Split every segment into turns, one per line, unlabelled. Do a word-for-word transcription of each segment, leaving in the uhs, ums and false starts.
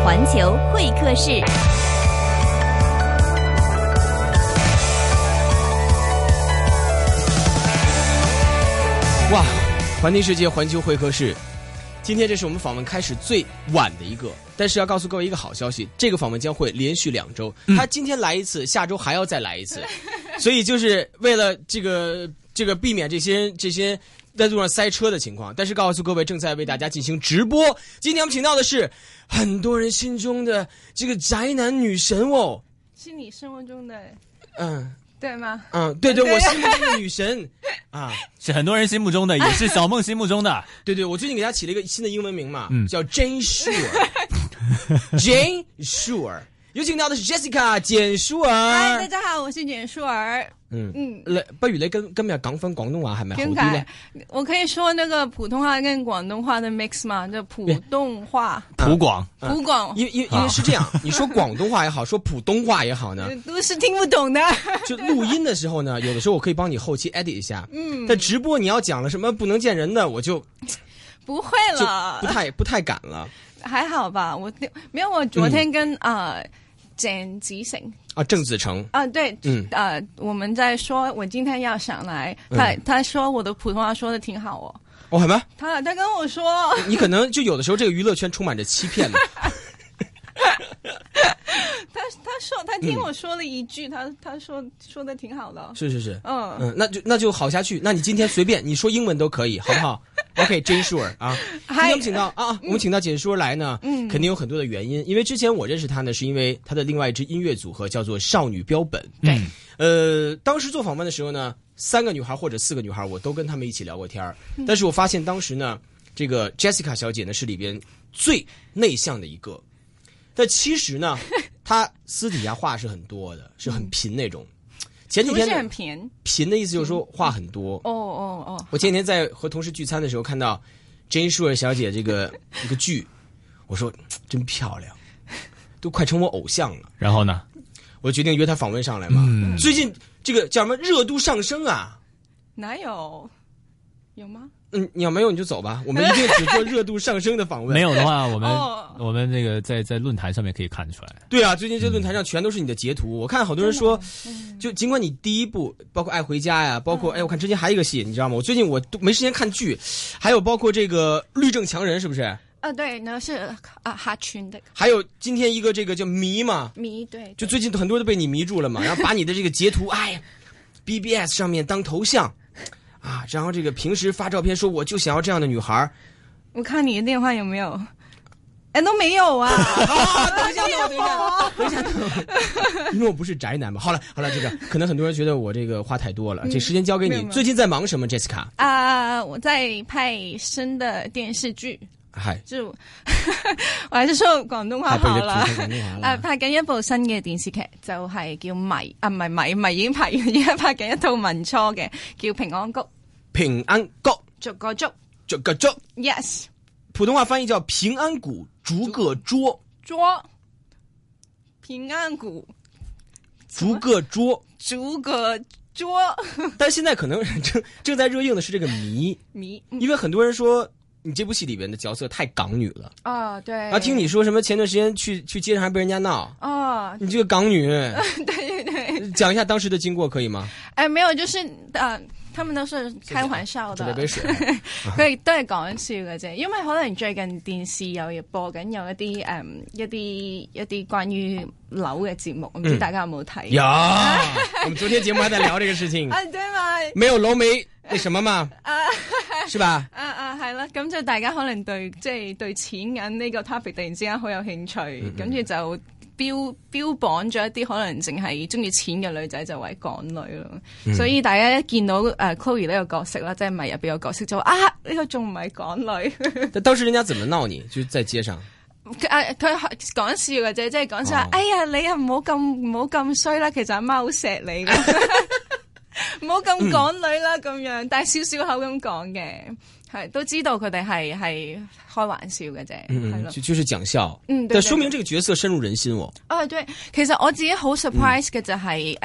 环球会客室。
哇，环听世界环球会客室，今天这是我们访问开始最晚的一个，但是要告诉各位一个好消息，这个访问将会连续两周，
嗯、
他今天来一次，下周还要再来一次，所以就是为了这个这个避免这些这些在路上塞车的情况，但是告诉各位正在为大家进行直播。今天我们请到的是很多人心中的这个宅男女神哦，
是你生活中的
嗯。
对吗？
嗯，对对，我心目中的女神啊，
是很多人心目中的，也是小梦心目中的。
对对，我最近给她起了一个新的英文名嘛，
嗯、
叫 Jane Shure。Jane Shure， 有请到的是 Jessica 简舒兒。
嗨，大家好，我是簡舒兒。
嗯嗯，你不如你跟今日講翻廣東話係咪好啲呢？
我可以說那個普通話跟廣東話的 mix 嘛，就普通話、
普廣、
普廣。
因因因為是這樣，你說廣東話也好，說普通話也好呢，
都是聽不懂的。
就錄音的時候呢，有的時候我可以幫你後期 edit 一下。嗯，但直播你要講了什麼不能見人的，我就
不會了，
不太不太敢了。
還好吧，我沒有，我昨天跟啊。嗯呃鄭子誠
啊，鄭子誠
啊，對，嗯，呃，我們在說，我今天要上來，他、嗯、他說我的普通話說的挺好哦，
哦，係咩？
他他跟我說，
你可能就有的時候這個娛樂圈充滿着欺騙嘛。
他他說他聽我說了一句，嗯、他他說說的挺好的，
是是是，
嗯
嗯，那就那就好下去。那你今天隨便你說英文都可以，好不好？OK， Jane Shure啊，今天我們請到啊，我們請到簡舒兒來呢，嗯，肯定有很多的原因。因為之前我認識他呢，是因為他的另外一支音樂組合叫做少女標本。
對，
呃，當時做訪問的時候呢，三個女孩或者四個女孩，我都跟他們一起聊過天兒。但是我發現當時呢，這個 Jessica 小姐呢是裏邊最內向的一個。但其實呢，她私底下話是很多的，是很貧那種。前幾天
不是很貧，
貧的意思就是說話很多。
哦哦哦！
我前幾天在和同事聚餐的時候，看到 Jane Shure 小姐這個一個劇，我說真漂亮，都快成我偶像了。
然後呢，
我決定約她訪問上來嘛。嗯、最近這個叫什麼熱度上升啊？
哪有？有嗎？
嗯，你要沒有你就走吧，我們一定只做熱度上升的訪問。
沒有的話，我們、
哦、
我們那個在在論壇上面可以看出來。
對啊，最近這論壇上全都是你的截圖，嗯、我看好多人說，就盡管你第一部包括《愛回家》呀，包括、嗯、哎，我看之前還有一個戲，你知道嗎？我最近我都沒時間看劇，還有包括這個《律政強人》，是不是？
啊，對，那是啊哈圈的。
還有今天一個這個叫迷嘛，
迷對，對，
就最近很多都被你迷住了嘛，然後把你的這個截圖，哎呀 ，B B S 上面當頭像。啊，然後這個平時發照片說我就想要這樣的女孩，
我看你的電話有沒有？哎，都沒有啊！
啊等一下，等一下，等一下，等一下，因為我不是宅男嘛。好了，好了，這個可能很多人覺得我這個話太多了，嗯、這時間交給你。最近在忙什麼 ，Jessica？
啊，我在拍新的電視劇。
係，
就我還是說廣東話好啦。啊，拍緊一部新嘅電視劇，就係叫迷啊，唔係迷迷已經拍完，而家拍緊一套民初嘅，叫平安谷。
平安谷，
逐個捉，
逐個捉。
Yes，
普通話翻譯叫平安谷，逐個捉。
捉，平安谷，
逐個捉，
逐個捉。
但現在可能正正在熱映的是這個迷
迷，
因為很多人說。你這部戲裡面的角色太港女了
啊！對，
然後聽你說什麼前段時間去去街上還被人家鬧啊！你這個港女，
對對對，
講一下當時的經過可以嗎？
哎，沒有，就是呃，他們都是開玩笑的，
準備杯水，
佢哋都係講笑嘅啫。因為可能最近電視有播緊有一啲誒一啲一啲關於樓嘅節目，唔知大家有冇睇？
有，我們昨天節目還在聊這個事情。
啊，對嘛？沒
有樓沒那什麼嘛？啊，是吧？
啊啊，係啦，咁就大家可能對即係對錢銀呢個 topic 突然之間好有興趣，跟住就標標榜咗一啲可能淨係中意錢嘅女仔就為港女咯。嗯、所以大家一見到誒、呃、Chloe 呢個角色啦，即係迷入邊個角色就啊呢、這個仲唔係港女？
但當時人家怎麼鬧你？就在街上。
佢佢講笑嘅啫，即係講笑話。哦、哎呀，你又唔好咁唔好咁衰啦，其實阿媽好錫你嘅。唔好咁港女啦，咁、嗯、樣，但係少少口咁講嘅，係都知道佢哋係係開玩笑嘅啫，係、嗯、咯，
就就是講笑，
嗯，
但說明這個角色深入人心哦。
啊，對，其實我自己好 surprise 嘅就係、是、誒。嗯呃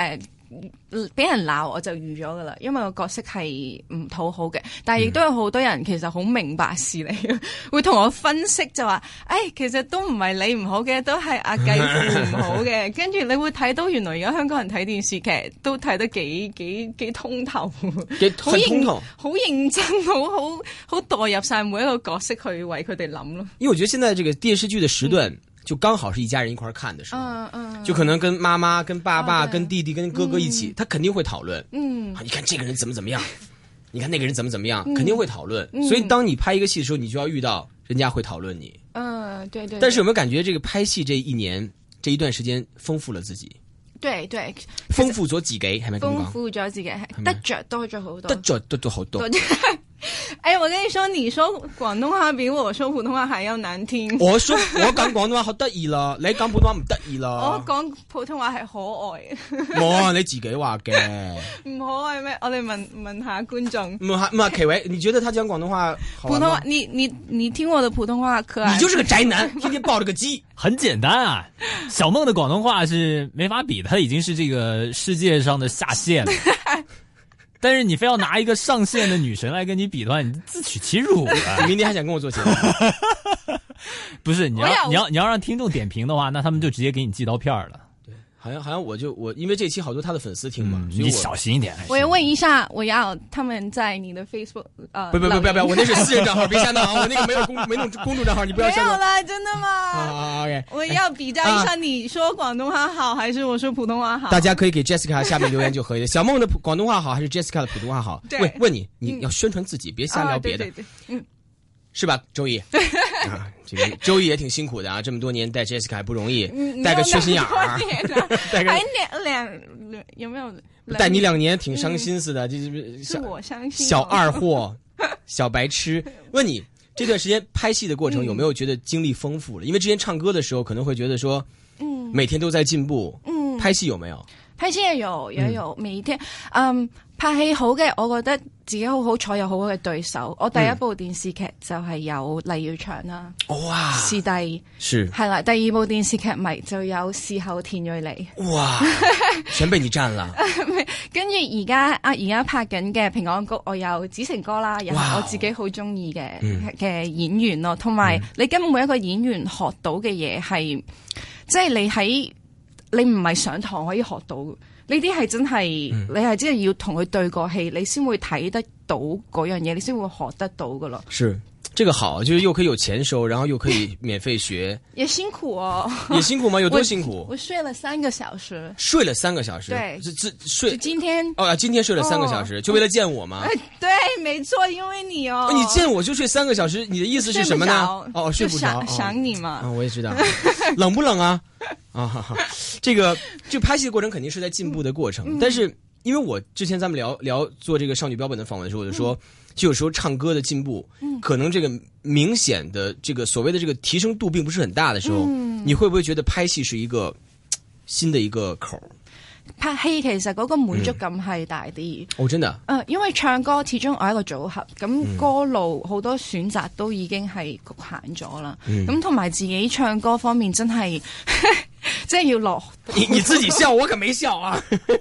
俾人鬧我就預咗噶啦，因為個角色係唔討好嘅。但係亦都有好多人其實好明白事理嘅，會同我分析就話，誒、哎，其實都唔係你唔好嘅，都係阿繼父唔好嘅。跟住你會睇到原來而家香港人睇電視劇都睇得幾幾幾通透，
幾好通透，
好認真，好好好代入晒每一個角色去為佢哋諗咯。
因為我覺得現在這個電視劇的時段。嗯就剛好是一家人一塊看的時候，
嗯嗯，
就可能跟媽媽、跟爸爸、
哦、
跟弟弟、跟哥哥一起，嗯、他肯定會討論。
嗯，
你看這個人怎麼怎麼樣，你看那個人怎麼怎麼樣，嗯、肯定會討論。嗯、所以當你拍一個戲的時候，你就要遇到人家會討論你。
嗯，對對，對。
但是有沒有感覺這個拍戲這一年這一段時間豐富了自己？
對對，
豐富咗自己，係咪咁講？
豐富咗自己，得着多咗好多，
得着多咗好多。
哎，我跟你說，你說廣東話比我說普通話還要難聽。
我說我講廣東話好得意啦，你講普通話唔得意啦。
我講普通話係可愛。
冇啊，你自己話嘅。唔
可愛咩？我哋問問下觀眾。
唔係唔係，奇偉，你覺得他講廣東話好玩嗎？
普通話，你你你聽我的普通話可愛。
你就是個宅男，天天抱着個雞。
很簡單啊，小夢的廣東話是沒法比的，他已經是這個世界上的下限了。但是你非要拿一個上線的女神來跟你比的話，你自取其辱啊！
你明天還想跟我做節目？
不是，你要你要你要讓聽眾點評的話，那他們就直接給你寄刀片了。
對，好像好像我就我因為這期好多他的粉絲聽嘛，
嗯、所以我你小心一點。
我要問一下，我要他們在你的 Facebook 呃，
不不不不不，我那是私人賬號，別嚇到啊！我那個沒有公沒有公眾賬號，你不要嚇到。
沒有啦，真的嗎？
啊 OK，
我要比較一下，你說廣東話好還是我說普通話好？
大家可以給 Jessica 下面留言就可以了。小夢的廣東話好還是 Jessica 的普通話好？
對，
問問你，你要宣傳自己，別瞎聊別的。
對對對，嗯，
是吧，周易？啊，這個周易也挺辛苦的啊，這麼多年帶 Jessica 還不容易，帶個缺心眼兒，帶個
還兩兩兩有沒有？
帶你兩年挺傷心似的，就是
是我相信
小二貨、小白痴。問你這段時間拍戲的過程有沒有覺得經歷豐富了？因為之前唱歌的時候可能會覺得說，嗯，每天都在進步，嗯，拍戲有沒有？
拍戲也有也有，每一天，嗯，拍戲好嘅，我覺得自己好好彩有好好嘅對手。我第一部電視劇就係有黎耀祥啦，
哇，
視帝
是
係啦，第二部電視劇咪就有視後田蕊妮，
哇，全被你佔啦。
跟住而家啊，而家拍緊嘅平安谷，我有子成哥啦，又係我自己好中意嘅嘅演員咯，同埋你跟每一個演員學到嘅嘢係，即係你喺。你唔係上堂可以學到，呢啲係真係、嗯、你係真係要同佢對過戲，你先會睇得到嗰樣嘢，你先會學得到噶咯。
是，這個好，就是又可以有錢收，然後又可以免費學。
也辛苦哦。
也辛苦嗎？有多辛苦？
我，我睡了三個小時。
睡了三個小時。
對，
這這睡。就
今天
哦，今天睡了三個小時，哦、就為了見我嗎？
對，沒錯，因為你哦。
你見我就睡三個小時，你的意思是什麼呢？哦，睡不着。
想，想你嘛。
啊、哦，我也知道。冷不冷啊？啊哈哈，這個就拍戲的過程肯定是在進步的過程，嗯、但是因為我之前咱們聊聊做這個少女標本的訪問的時候，我就說，就有時候唱歌的進步，嗯、可能這個明顯的這個所謂的這個提升度並不是很大的時候，嗯、你會不會覺得拍戲是一個新的一個口？
拍戲其實嗰個滿足感係大啲、嗯。哦，
真的。誒、
呃，因為唱歌始終我係一個組合，咁歌路好多選擇都已經係局限咗啦。咁同埋自己唱歌方面真係，即係要落。
你你自己笑，我可沒笑啊。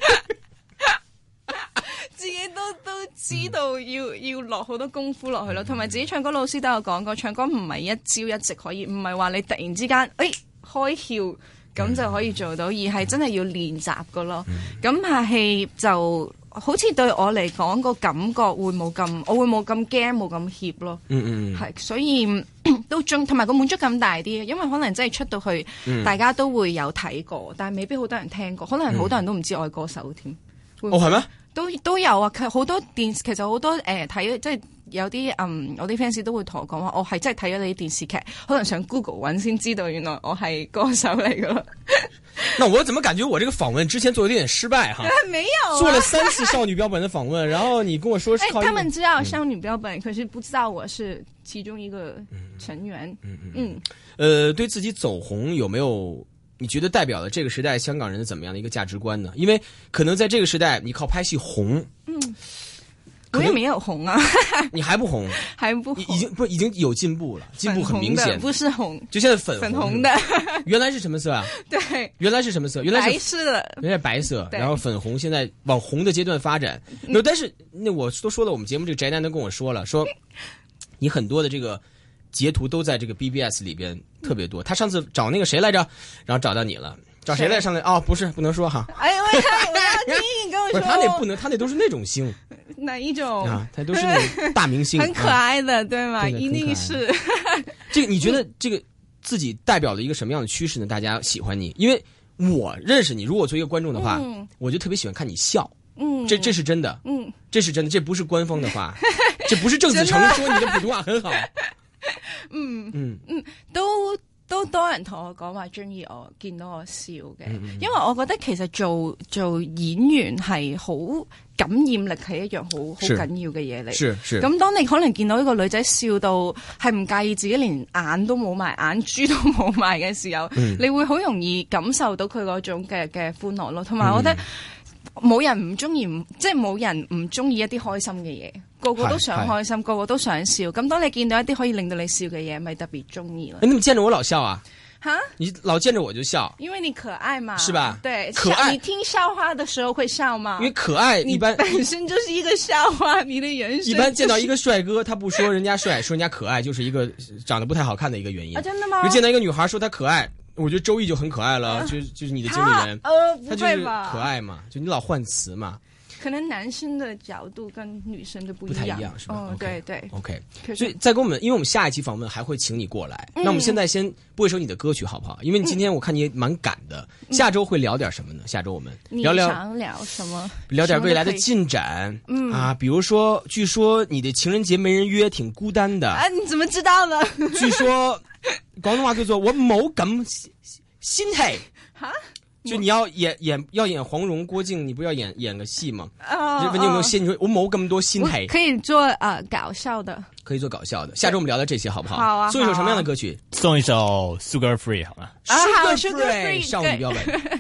自己都都知道要、嗯、要落好多功夫落去咯，同埋自己唱歌老師都有講過，唱歌唔係一朝一夕可以，唔係話你突然之間誒、哎、開竅。咁就可以做到，而係真係要練習噶咯。咁、嗯、拍戲就好似對我嚟講個感覺會冇咁，我會冇咁驚，冇咁怯咯。嗯嗯，係，所以都中，同埋個滿足感大啲，因為可能真係出到去，嗯、大家都會有睇過，但係未必好多人聽過，可能好多人都唔知我係歌手添。
嗯、會會哦，係咩？都
都有啊，佢好多電，其實好多誒睇、呃、即係。有啲嗯，我啲 fans 都會同我講話，我係真係睇咗你啲電視劇，可能上 Google 揾先知道，原來我係歌手嚟噶咯。
那我怎麼感覺我這個訪問之前做得有點失敗哈？
沒有、啊，
做了三次少女標本的訪問，然後你跟我說是靠、
欸，他們知道少女標本，嗯、可是不知道我是其中一個成員。嗯嗯嗯。呃，
對自己走紅有沒有你覺得代表了這個時代香港人的怎麼樣的一個價值觀呢？因為可能在這個時代，你靠拍戲紅，嗯。
我也没有红啊，
你还不红，
还不红，
已经不已经有进步了，进步很明显，
不是红，
就现在粉
粉红的，
原来是什么色啊？
对，
原来是什么色？原来是
白色，
原来白色，然后粉红，现在往红的阶段发展。那、嗯、但是那我都说了，我们节目这个宅男都跟我说了，说你很多的这个截图都在这个 B B S 里边特别多。他上次找那个谁来着，然后找到你了。找谁来上来？哦，不是，不能说哈。
哎，我要我要听你跟我说。
不是他那不能，他那都是那种星。
哪一种
啊？他都是那种大明星，
很可爱的，
啊、
对吗？一定是。
这个你觉得这个自己代表了一个什么样的趋势呢？大家喜欢你，因为我认识你，如果我作为一个观众的话，嗯、我就特别喜欢看你笑。嗯，这这是真的。嗯，这是真的，这不是官方的话，这不是郑子诚说你的普通话很好。
嗯嗯嗯，都。都多人同我講話中意我，見到我笑嘅，嗯嗯因為我覺得其實做做演員係好感染力係一樣好好緊要嘅嘢嚟。
是是。
咁當你可能見到一個女仔笑到係唔介意自己連眼都冇埋、眼珠都冇埋嘅時候，嗯、你會好容易感受到佢嗰種嘅嘅歡樂咯。同埋我覺得冇人唔中意，即係冇人唔中意一啲開心嘅嘢。個個都想開心，個個都想笑。咁當你見到一啲可以令到你笑嘅嘢，咪特別中意咯。
你怎麼見着我老笑啊？
哈？
你老見着我就笑，
因為你可愛嘛，
是吧？
對，
可愛。
你聽笑話的時候會笑嗎？
因為可愛一般
本身就是一個笑話，你的人生、就是。
一般見到一個帥哥，他不說人家帥，說人家可愛，就是一個長得不太好看的一個原因。
啊，真的嗎？
就見到一個女孩說她可愛，我覺得周易就很可愛了，啊、就就是你的經理人，
呃，
他就是可愛嘛，就你老換詞嘛。
可能男生的角度跟女生就不一樣，
不太一樣，是吧？
嗯，
okay,
對對
，OK。所以再跟我們，因為我們下一期訪問還會請你過來，嗯、那我們現在先播一首你的歌曲，好不好？因為你今天我看你也蠻趕的，嗯、下周會聊點什麼呢？下周我們聊聊，
你想聊什麼？
聊點未來的進展，嗯啊，比如說，據說你的情人節沒人約，挺孤單的。
啊，你怎麼知道呢？
據說廣東話叫做我冇咁心氣。哈？就你要演演要演黃蓉郭靖，你不要演演個戲嗎？啊、uh, ，你有沒有心？你說我冇咁多心態，
可以做呃搞笑的，
可以做搞笑的。下周我們聊聊這些，好不好？
好啊。
送一首什麼樣的歌曲？
送一首 Sugar Free 好嗎？
Sugar Free 少女標本。